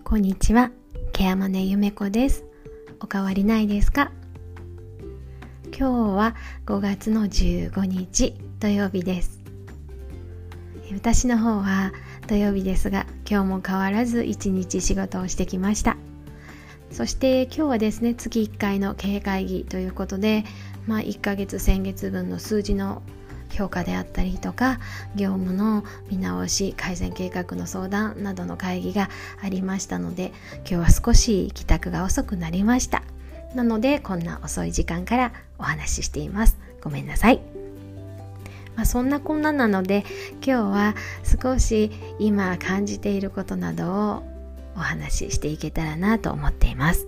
こんにちは、ケアマネゆめこです。お変わりないですか？今日は5月の15日土曜日です。私の方は土曜日ですが、今日も変わらず一日仕事をしてきました。そして今日はですね、月1回の経営会議ということで、1ヶ月先月分の数字の評価であったりとか、業務の見直し、改善計画の相談などの会議がありましたので、今日は少し帰宅が遅くなりました。なのでこんな遅い時間からお話ししています。ごめんなさい。そんなこんななので、今日は少し今感じていることなどをお話ししていけたらなと思っています。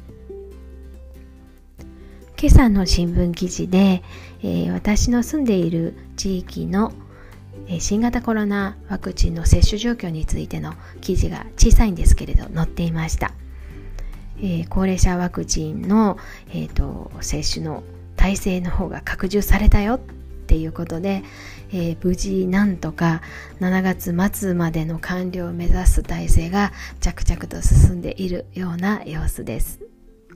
今朝の新聞記事で、私の住んでいる地域の新型コロナワクチンの接種状況についての記事が小さいんですけれど載っていました。高齢者ワクチンの、接種の体制の方が拡充されたよっていうことで、無事なんとか7月末までの完了を目指す体制が着々と進んでいるような様子です。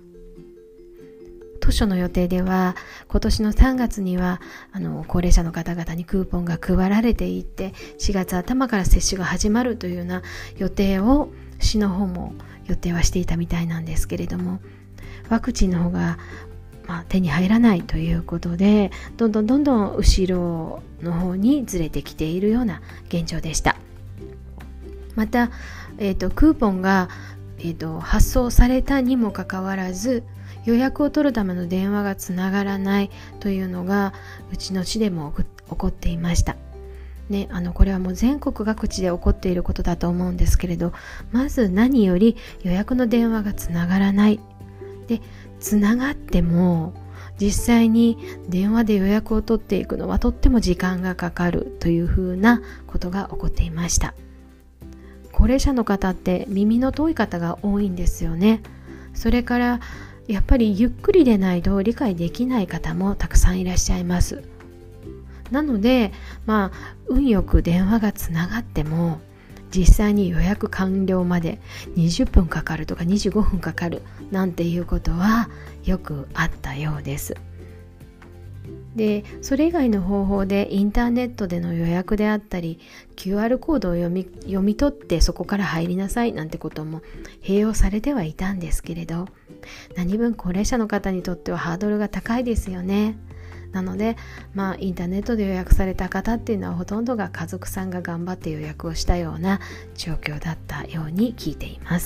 当初の予定では今年の3月には高齢者の方々にクーポンが配られていって4月頭から接種が始まるというような予定を市の方も予定はしていたみたいなんですけれども、ワクチンの方が手に入らないということでどんどん後ろの方にずれてきているような現状でした。また、クーポンが、発送されたにもかかわらず予約を取るための電話がつながらないというのがうちの市でも起こっていました。これはもう全国各地で起こっていることだと思うんですけれど、まず何より予約の電話がつながらない。で、つながっても実際に電話で予約を取っていくのはとっても時間がかかるというふうなことが起こっていました。高齢者の方って耳の遠い方が多いんですよね。それからやっぱりゆっくりでないと理解できない方もたくさんいらっしゃいます。なので運よく電話がつながっても実際に予約完了まで20分かかるとか25分かかるなんていうことはよくあったようです。で、それ以外の方法でインターネットでの予約であったり QR コードを読み取ってそこから入りなさいなんてことも併用されてはいたんですけれど、何分高齢者の方にとってはハードルが高いですよね。なのでインターネットで予約された方っていうのはほとんどが家族さんが頑張って予約をしたような状況だったように聞いています。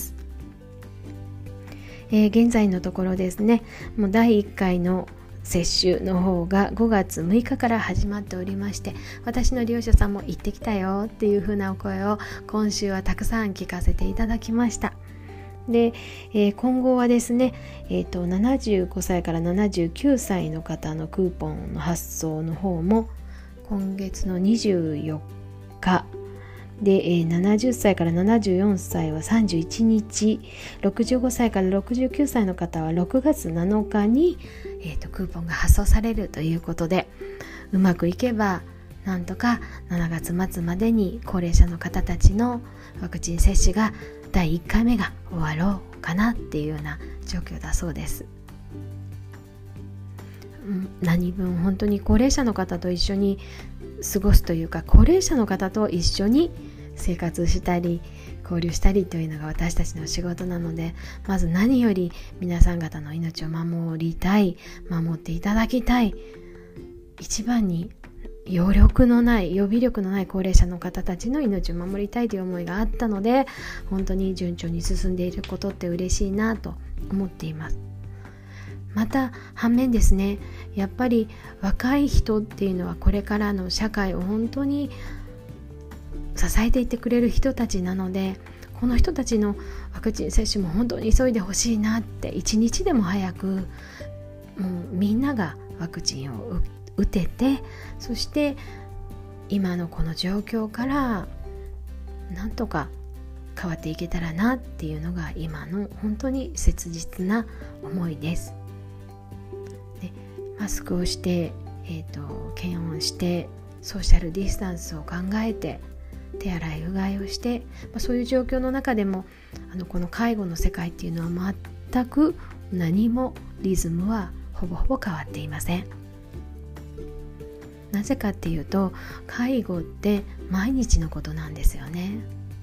現在のところですね、もう第1回の接種の方が5月6日から始まっておりまして、私の利用者さんも行ってきたよっていう風なお声を今週はたくさん聞かせていただきました。で、今後はですね、75歳から79歳の方のクーポンの発送の方も今月の24日で、70歳から74歳は31日、65歳から69歳の方は6月7日に、クーポンが発送されるということで、うまくいけばなんとか7月末までに高齢者の方たちのワクチン接種が第1回目が終わろうかなっていうような状況だそうです。何分本当に高齢者の方と一緒に過ごすというか、高齢者の方と一緒に生活したり交流したりというのが私たちの仕事なので、まず何より皆さん方の命を守りたい、守っていただきたい、一番に予備力のない高齢者の方たちの命を守りたいという思いがあったので、本当に順調に進んでいることって嬉しいなと思っています。また反面ですね、やっぱり若い人っていうのはこれからの社会を本当に支えていってくれる人たちなので、この人たちのワクチン接種も本当に急いでほしいなって、一日でも早くもうみんながワクチンを打てて、そして今のこの状況からなんとか変わっていけたらなっていうのが今の本当に切実な思いです。で、マスクをして、検温してソーシャルディスタンスを考えて、 手洗いうがいをして、そういう状況の中でもこの介護の世界っていうのは全く何もリズムはほぼほぼ変わっていません。なぜかっていうと、介護って毎日のことなんですよね。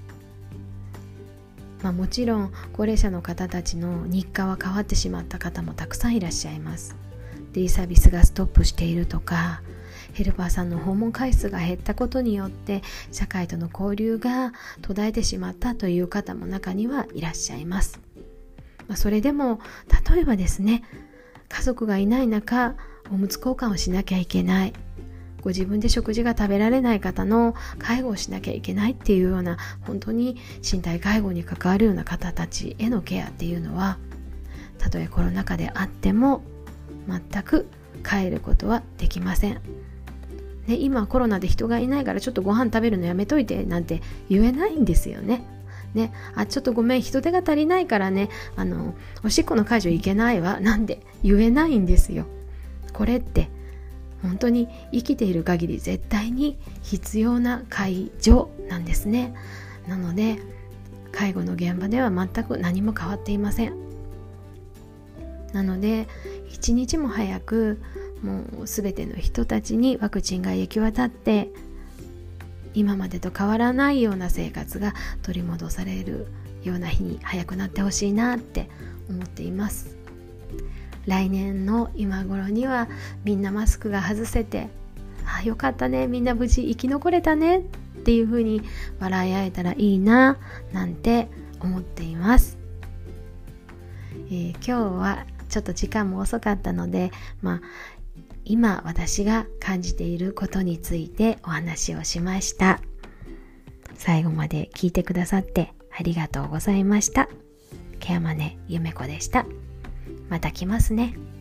もちろん高齢者の方たちの日課は変わってしまった方もたくさんいらっしゃいます。デイサービスがストップしているとか、ヘルパーさんの訪問回数が減ったことによって社会との交流が途絶えてしまったという方も中にはいらっしゃいます。それでも例えばですね、家族がいない中おむつ交換をしなきゃいけない、ご自分で食事が食べられない方の介護をしなきゃいけないっていうような、本当に身体介護に関わるような方たちへのケアっていうのは、たとえコロナ禍であっても全く変えることはできません。今コロナで人がいないからちょっとご飯食べるのやめといてなんて言えないんですよね。ちょっとごめん、人手が足りないからね、おしっこの介助いけないわなんて言えないんですよ。これって本当に生きている限り絶対に必要な介助なんですね。なので介護の現場では全く何も変わっていません。なので一日も早くもう全ての人たちにワクチンが行き渡って、今までと変わらないような生活が取り戻されるような日に早くなってほしいなって思っています。来年の今頃にはみんなマスクが外せて、よかったね、みんな無事生き残れたねっていう風に笑い合えたらいいななんて思っています。今日はちょっと時間も遅かったので、今私が感じていることについてお話をしました。最後まで聞いてくださってありがとうございました。ケアマネゆめこでした。また来ますね。